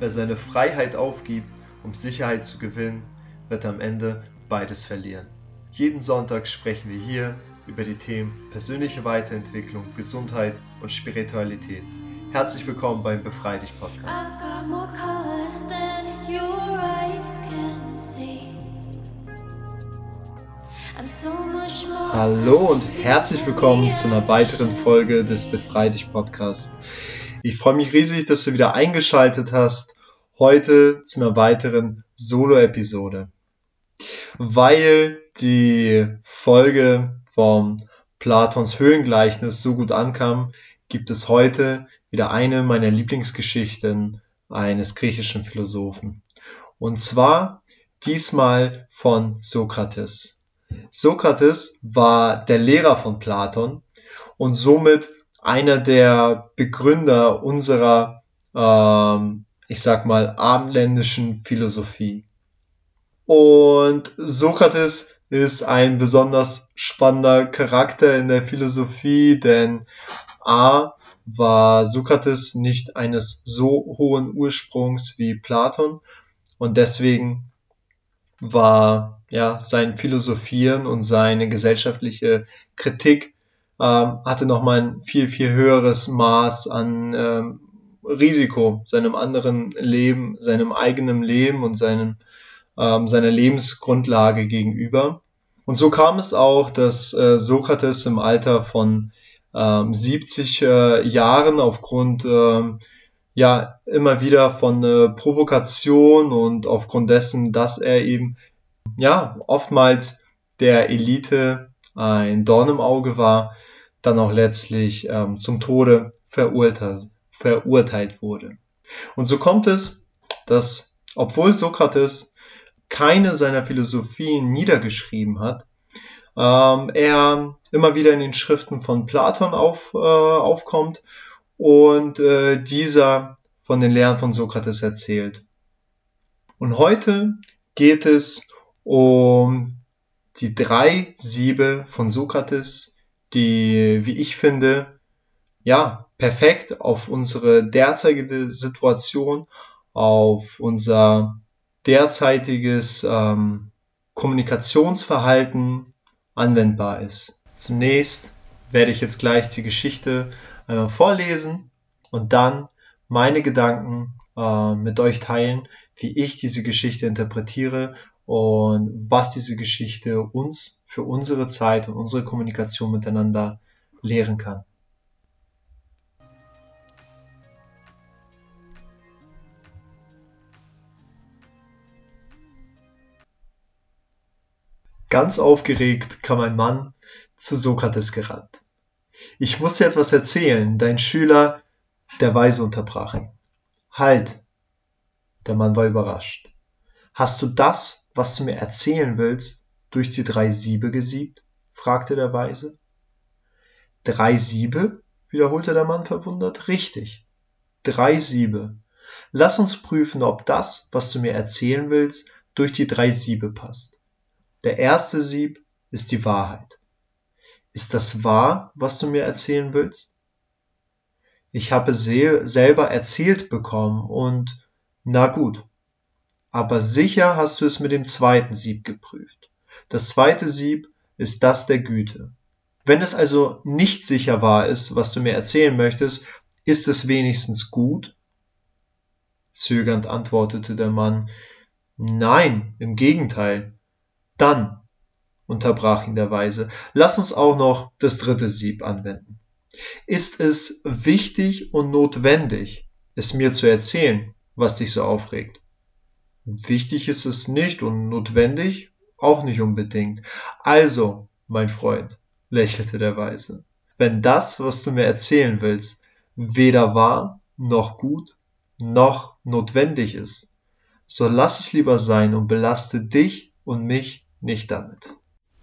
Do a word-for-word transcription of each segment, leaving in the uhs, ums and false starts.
Wer seine Freiheit aufgibt, um Sicherheit zu gewinnen, wird am Ende beides verlieren. Jeden Sonntag sprechen wir hier über die Themen persönliche Weiterentwicklung, Gesundheit und Spiritualität. Herzlich willkommen beim Befrei dich Podcast. Hallo und herzlich willkommen zu einer weiteren Folge des Befrei dich Podcast. Ich freue mich riesig, dass du wieder eingeschaltet hast, heute zu einer weiteren Solo-Episode. Weil die Folge vom Platons Höhlengleichnis so gut ankam, gibt es heute wieder eine meiner Lieblingsgeschichten eines griechischen Philosophen. Und zwar diesmal von Sokrates. Sokrates war der Lehrer von Platon und somit einer der Begründer unserer, ähm, ich sag mal, abendländischen Philosophie. Und Sokrates ist ein besonders spannender Charakter in der Philosophie, denn A war Sokrates nicht eines so hohen Ursprungs wie Platon und deswegen war ja sein Philosophieren und seine gesellschaftliche Kritik ähm, hatte nochmal ein viel, viel höheres Maß an ähm, Risiko seinem anderen Leben, seinem eigenen Leben und seinem, ähm, seiner Lebensgrundlage gegenüber. Und so kam es auch, dass äh, Sokrates im Alter von ähm, siebzig äh, Jahren aufgrund ähm, ja immer wieder von äh, Provokation und aufgrund dessen, dass er eben ja oftmals der Elite ein Dorn im Auge war, dann auch letztlich ähm, zum Tode verurteilt, verurteilt wurde. Und so kommt es, dass obwohl Sokrates keine seiner Philosophien niedergeschrieben hat, ähm, er immer wieder in den Schriften von Platon auf, äh, aufkommt und äh, dieser von den Lehren von Sokrates erzählt. Und heute geht es um die drei Siebe von Sokrates, die, wie ich finde, ja, perfekt auf unsere derzeitige Situation, auf unser derzeitiges ähm, Kommunikationsverhalten anwendbar ist. Zunächst werde ich jetzt gleich die Geschichte einmal vorlesen und dann meine Gedanken äh, mit euch teilen, wie ich diese Geschichte interpretiere und was diese Geschichte uns für unsere Zeit und unsere Kommunikation miteinander lehren kann. Ganz aufgeregt kam ein Mann zu Sokrates gerannt. Ich muss dir etwas erzählen, dein Schüler, der Weise, unterbrach ihn. Halt! Der Mann war überrascht. Hast du das, was du mir erzählen willst, durch die drei Siebe gesiebt? Fragte der Weise. Drei Siebe? Wiederholte der Mann verwundert. Richtig. Drei Siebe. Lass uns prüfen, ob das, was du mir erzählen willst, durch die drei Siebe passt. Der erste Sieb ist die Wahrheit. Ist das wahr, was du mir erzählen willst? Ich habe sel- selber erzählt bekommen und na gut. Aber sicher hast du es mit dem zweiten Sieb geprüft. Das zweite Sieb ist das der Güte. Wenn es also nicht sicher wahr ist, was du mir erzählen möchtest, ist es wenigstens gut? Zögernd antwortete der Mann, nein, im Gegenteil. Dann, unterbrach ihn der Weise, lass uns auch noch das dritte Sieb anwenden. Ist es wichtig und notwendig, es mir zu erzählen, was dich so aufregt? Wichtig ist es nicht und notwendig auch nicht unbedingt. Also, mein Freund, lächelte der Weise, wenn das, was du mir erzählen willst, weder wahr noch gut noch notwendig ist, so lass es lieber sein und belaste dich und mich nicht damit.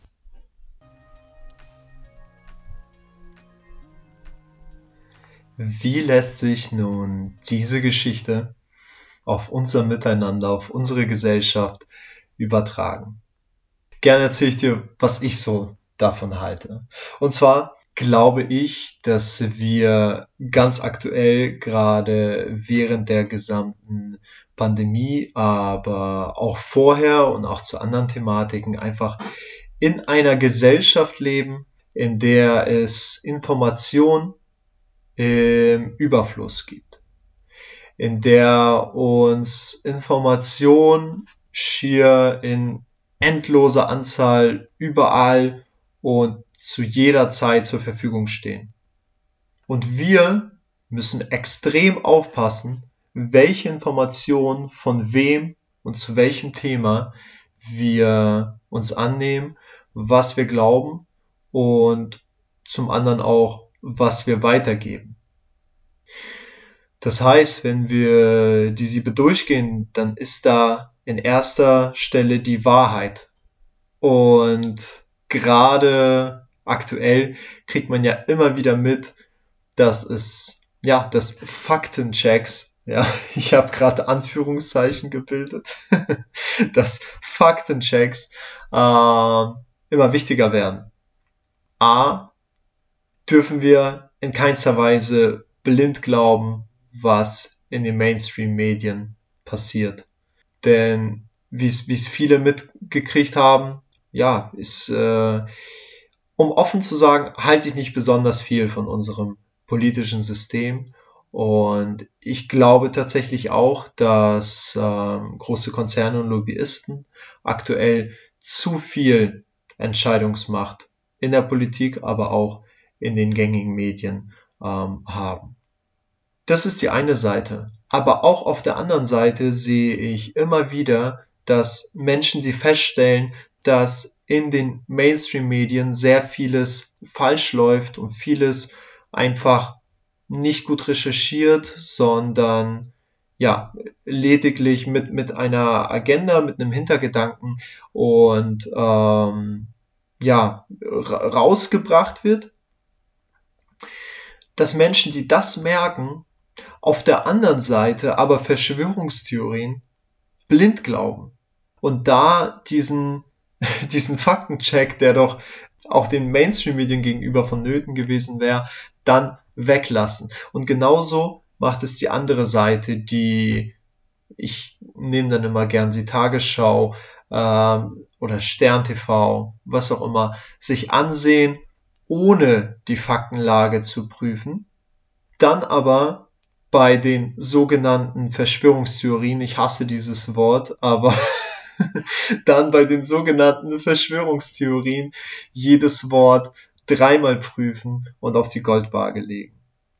Wie lässt sich nun diese Geschichte auf unser Miteinander, auf unsere Gesellschaft übertragen? Gerne erzähle ich dir, was ich so davon halte. Und zwar glaube ich, dass wir ganz aktuell gerade während der gesamten Pandemie, aber auch vorher und auch zu anderen Thematiken einfach in einer Gesellschaft leben, in der es Information im Überfluss gibt, in der uns Information schier in endloser Anzahl überall und zu jeder Zeit zur Verfügung stehen. Und wir müssen extrem aufpassen, welche Informationen von wem und zu welchem Thema wir uns annehmen, was wir glauben und zum anderen auch, was wir weitergeben. Das heißt, wenn wir die Siebe durchgehen, dann ist da in erster Stelle die Wahrheit. Und gerade aktuell kriegt man ja immer wieder mit, dass es, ja, dass Faktenchecks, ja, ich habe gerade Anführungszeichen gebildet, dass Faktenchecks äh, immer wichtiger werden. A, dürfen wir in keinster Weise blind glauben, was in den Mainstream-Medien passiert. Denn wie es viele mitgekriegt haben, ja, ist, äh, um offen zu sagen, halte ich nicht besonders viel von unserem politischen System. Und ich glaube tatsächlich auch, dass äh, große Konzerne und Lobbyisten aktuell zu viel Entscheidungsmacht in der Politik, aber auch in den gängigen Medien ähm, haben. Das ist die eine Seite. Aber auch auf der anderen Seite sehe ich immer wieder, dass Menschen sie feststellen, dass in den Mainstream-Medien sehr vieles falsch läuft und vieles einfach nicht gut recherchiert, sondern ja, lediglich mit, mit einer Agenda, mit einem Hintergedanken und ähm, ja, rausgebracht wird, dass Menschen, die das merken, auf der anderen Seite aber Verschwörungstheorien blind glauben und da diesen, diesen Faktencheck, der doch auch den Mainstream-Medien gegenüber vonnöten gewesen wäre, dann weglassen. Und genauso macht es die andere Seite, die, ich nehme dann immer gern die Tagesschau ähm, oder Stern T V, was auch immer, sich ansehen, ohne die Faktenlage zu prüfen, dann aber bei den sogenannten Verschwörungstheorien, ich hasse dieses Wort, aber dann bei den sogenannten Verschwörungstheorien jedes Wort dreimal prüfen und auf die Goldwaage legen.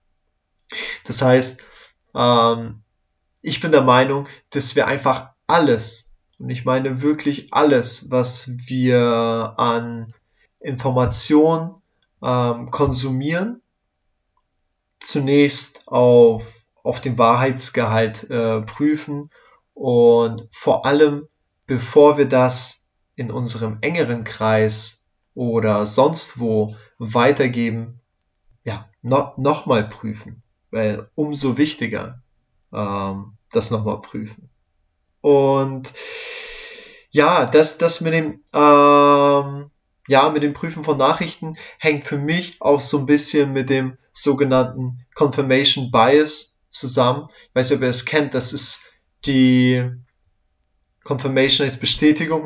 Das heißt, ähm, ich bin der Meinung, dass wir einfach alles, und ich meine wirklich alles, was wir an Informationen ähm, konsumieren, zunächst auf, auf den Wahrheitsgehalt äh, prüfen und vor allem, bevor wir das in unserem engeren Kreis oder sonst wo weitergeben, ja, no, nochmal prüfen, weil umso wichtiger ähm, das nochmal prüfen. Und ja, das, das mit dem ähm, ja, mit dem Prüfen von Nachrichten hängt für mich auch so ein bisschen mit dem sogenannten Confirmation Bias zusammen. Ich weiß nicht, ob ihr es kennt, das ist die Confirmation ist Bestätigung.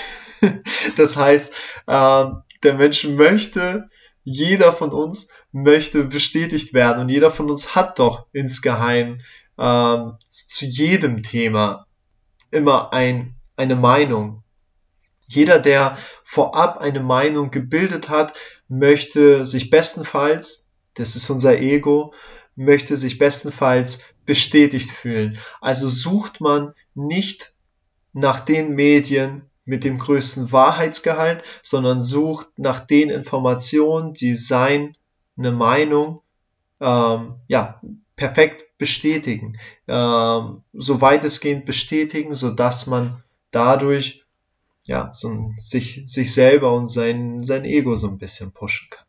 Das heißt, äh, der Mensch möchte, jeder von uns möchte bestätigt werden und jeder von uns hat doch insgeheim äh, zu jedem Thema immer ein, eine Meinung. Jeder, der vorab eine Meinung gebildet hat, möchte sich bestenfalls, das ist unser Ego, möchte sich bestenfalls bestätigt fühlen. Also sucht man nicht nach den Medien mit dem größten Wahrheitsgehalt, sondern sucht nach den Informationen, die seine Meinung ähm, ja, perfekt bestätigen, ähm, so weitestgehend bestätigen, sodass man dadurch ja, so sich, sich selber und sein, sein Ego so ein bisschen pushen kann.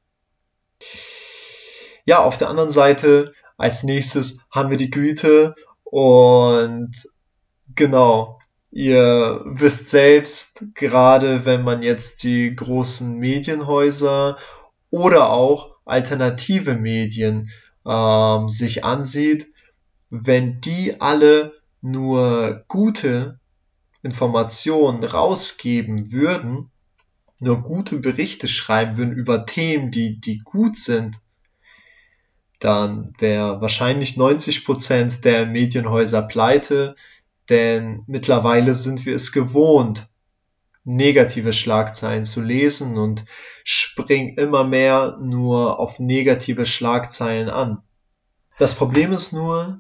Ja, auf der anderen Seite, als nächstes haben wir die Güte und genau, ihr wisst selbst, gerade wenn man jetzt die großen Medienhäuser oder auch alternative Medien ähm, sich ansieht, wenn die alle nur gute Informationen rausgeben würden, nur gute Berichte schreiben würden über Themen, die, die gut sind, dann wäre wahrscheinlich neunzig Prozent der Medienhäuser pleite, denn mittlerweile sind wir es gewohnt, negative Schlagzeilen zu lesen und springen immer mehr nur auf negative Schlagzeilen an. Das Problem ist nur,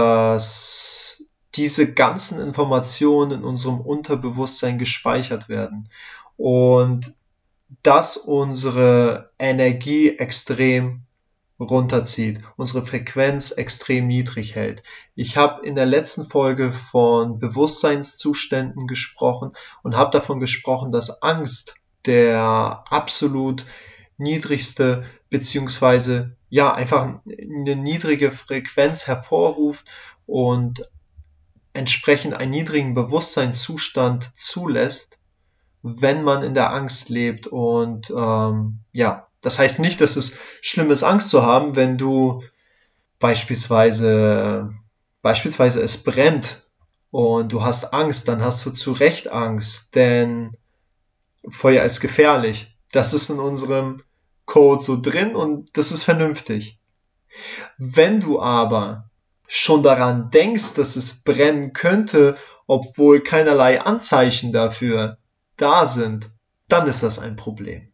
dass diese ganzen Informationen in unserem Unterbewusstsein gespeichert werden und das unsere Energie extrem runterzieht, unsere Frequenz extrem niedrig hält. Ich habe in der letzten Folge von Bewusstseinszuständen gesprochen und habe davon gesprochen, dass Angst der absolut niedrigste beziehungsweise ja einfach eine niedrige Frequenz hervorruft und entsprechend einen niedrigen Bewusstseinszustand zulässt, wenn man in der Angst lebt. Und ähm, ja, das heißt nicht, dass es schlimm ist, Angst zu haben, wenn du beispielsweise, beispielsweise es brennt und du hast Angst, dann hast du zu Recht Angst, denn Feuer ist gefährlich. Das ist in unserem Code so drin und das ist vernünftig. Wenn du aber schon daran denkst, dass es brennen könnte, obwohl keinerlei Anzeichen dafür da sind, dann ist das ein Problem.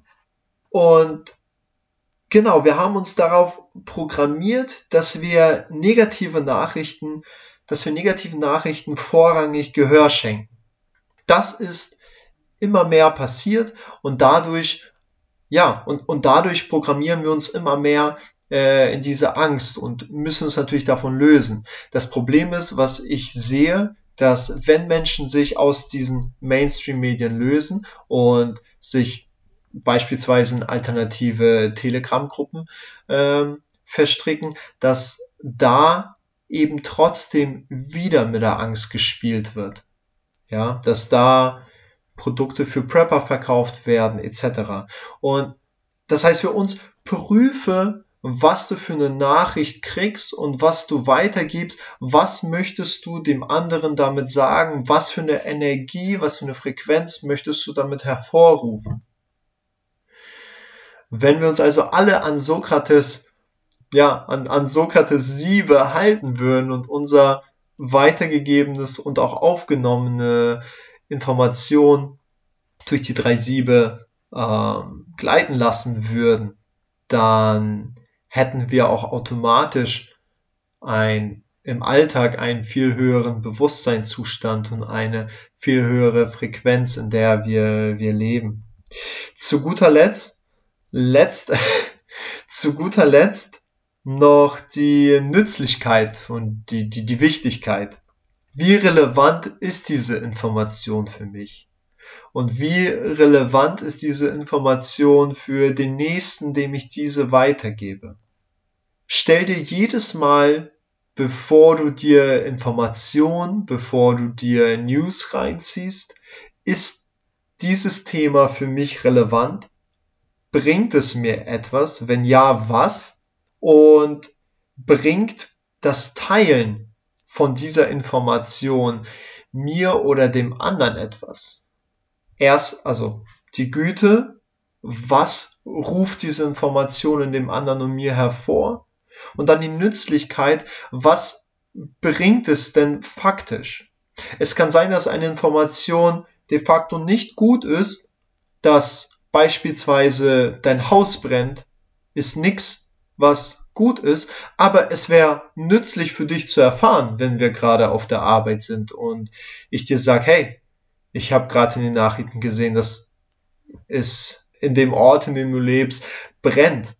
Und genau, wir haben uns darauf programmiert, dass wir negative Nachrichten, dass wir negativen Nachrichten vorrangig Gehör schenken. Das ist immer mehr passiert und dadurch, ja, und, und dadurch programmieren wir uns immer mehr äh, in diese Angst und müssen uns natürlich davon lösen. Das Problem ist, was ich sehe, dass wenn Menschen sich aus diesen Mainstream-Medien lösen und sich beispielsweise in alternative Telegram-Gruppen ähm, verstricken, dass da eben trotzdem wieder mit der Angst gespielt wird. Ja, dass da Produkte für Prepper verkauft werden, et cetera. Und das heißt für uns, prüfe, was du für eine Nachricht kriegst und was du weitergibst, was möchtest du dem anderen damit sagen, was für eine Energie, was für eine Frequenz möchtest du damit hervorrufen. Wenn wir uns also alle an Sokrates, ja, an, an Sokrates Siebe halten würden und unser weitergegebenes und auch aufgenommene Information durch die drei Siebe äh, gleiten lassen würden, dann hätten wir auch automatisch ein, im Alltag einen viel höheren Bewusstseinszustand und eine viel höhere Frequenz, in der wir, wir leben. Zu guter Letzt, letzt, zu guter Letzt noch die Nützlichkeit und die, die, die Wichtigkeit. Wie relevant ist diese Information für mich? Und wie relevant ist diese Information für den Nächsten, dem ich diese weitergebe? Stell dir jedes Mal, bevor du dir Informationen, bevor du dir News reinziehst, ist dieses Thema für mich relevant? Bringt es mir etwas? Wenn ja, was? Und bringt das Teilen von dieser Information mir oder dem anderen etwas? Erst, also die Güte, was ruft diese Information in dem anderen und mir hervor? Und dann die Nützlichkeit, was bringt es denn faktisch? Es kann sein, dass eine Information de facto nicht gut ist, dass beispielsweise dein Haus brennt, ist nichts, was gut ist, aber es wäre nützlich für dich zu erfahren, wenn wir gerade auf der Arbeit sind und ich dir sage, hey, ich habe gerade in den Nachrichten gesehen, dass es in dem Ort, in dem du lebst, brennt.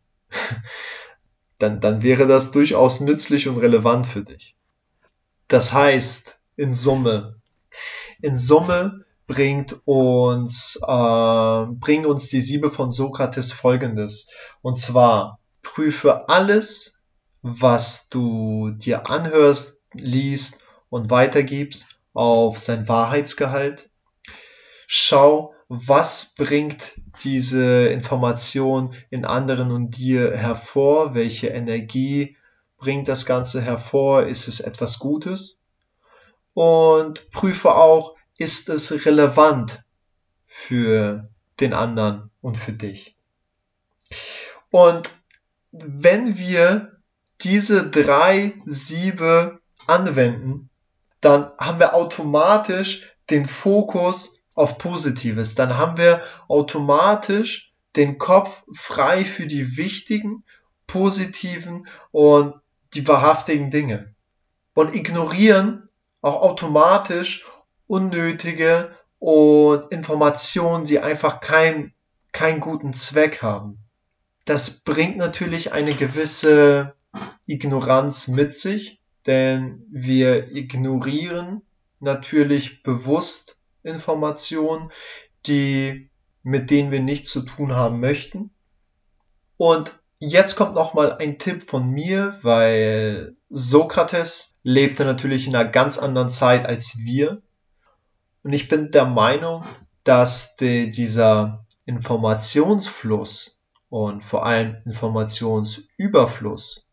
Dann, dann wäre das durchaus nützlich und relevant für dich. Das heißt, in Summe, in Summe bringt uns, äh, bringen uns die Siebe von Sokrates Folgendes. Und zwar, prüfe alles, was du dir anhörst, liest und weitergibst, auf sein Wahrheitsgehalt. Schau, was bringt diese Information in anderen und dir hervor? Welche Energie bringt das Ganze hervor? Ist es etwas Gutes? Und prüfe auch, ist es relevant für den anderen und für dich? Und wenn wir diese drei Siebe anwenden, dann haben wir automatisch den Fokus auf Positives. Dann haben wir automatisch den Kopf frei für die wichtigen, positiven und die wahrhaftigen Dinge. Und ignorieren auch automatisch unnötige und Informationen, die einfach keinen keinen guten Zweck haben. Das bringt natürlich eine gewisse Ignoranz mit sich, denn wir ignorieren natürlich bewusst Informationen, die, mit denen wir nichts zu tun haben möchten. Und jetzt kommt nochmal ein Tipp von mir, weil Sokrates lebte natürlich in einer ganz anderen Zeit als wir. Und ich bin der Meinung, dass die, dieser Informationsfluss und vor allem Informationsüberfluss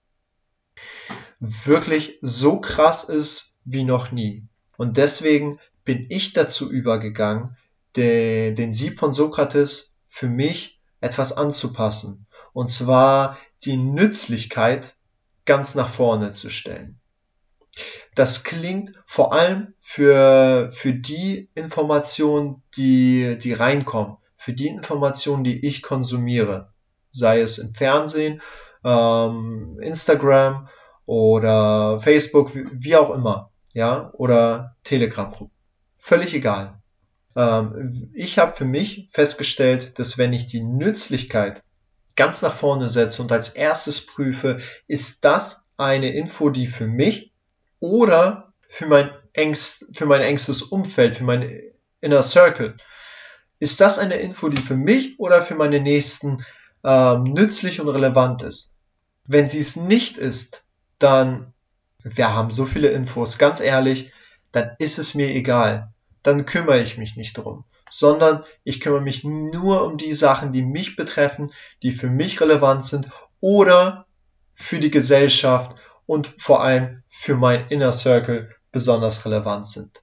wirklich so krass ist wie noch nie. Und deswegen bin ich dazu übergegangen, den, den Sieb von Sokrates für mich etwas anzupassen. Und zwar die Nützlichkeit ganz nach vorne zu stellen. Das klingt vor allem für, für die Informationen, die, die reinkommen, für die Informationen, die ich konsumiere. Sei es im Fernsehen, ähm, Instagram oder Facebook, wie, wie auch immer, ja, oder Telegram-Gruppen. Völlig egal. Ähm, ich habe für mich festgestellt, dass wenn ich die Nützlichkeit ganz nach vorne setze und als erstes prüfe, ist das eine Info, die für mich oder für mein engst, für mein engstes Umfeld, für mein Inner Circle, ist das eine Info, die für mich oder für meine Nächsten ähm, nützlich und relevant ist? Wenn sie es nicht ist, dann, wir haben so viele Infos, ganz ehrlich, dann ist es mir egal. Dann kümmere ich mich nicht drum, sondern ich kümmere mich nur um die Sachen, die mich betreffen, die für mich relevant sind oder für die Gesellschaft und vor allem für mein Inner Circle besonders relevant sind.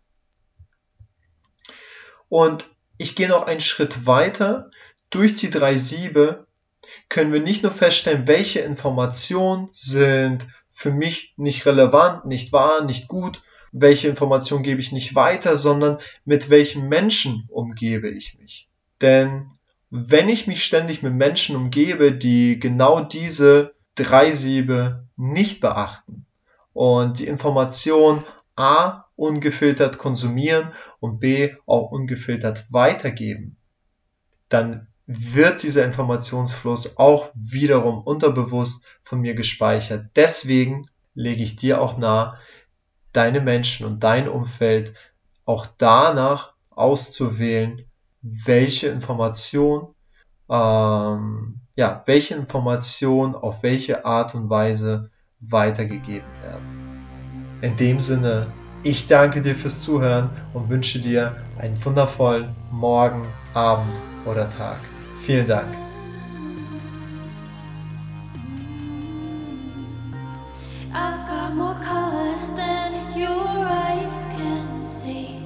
Und ich gehe noch einen Schritt weiter. Durch die drei Siebe können wir nicht nur feststellen, welche Informationen sind für mich nicht relevant, nicht wahr, nicht gut, welche Informationen gebe ich nicht weiter, sondern mit welchen Menschen umgebe ich mich. Denn wenn ich mich ständig mit Menschen umgebe, die genau diese drei Siebe nicht beachten und die Information A ungefiltert konsumieren und B auch ungefiltert weitergeben, dann wird dieser Informationsfluss auch wiederum unterbewusst von mir gespeichert. Deswegen lege ich dir auch nahe, deine Menschen und dein Umfeld auch danach auszuwählen, welche Information, ähm, ja, welche Information auf welche Art und Weise weitergegeben werden. In dem Sinne, ich danke dir fürs Zuhören und wünsche dir einen wundervollen Morgen, Abend oder Tag. Vielen Dank. I've got more colors than your eyes can see.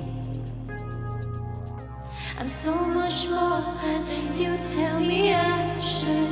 I'm so much more than you tell me I should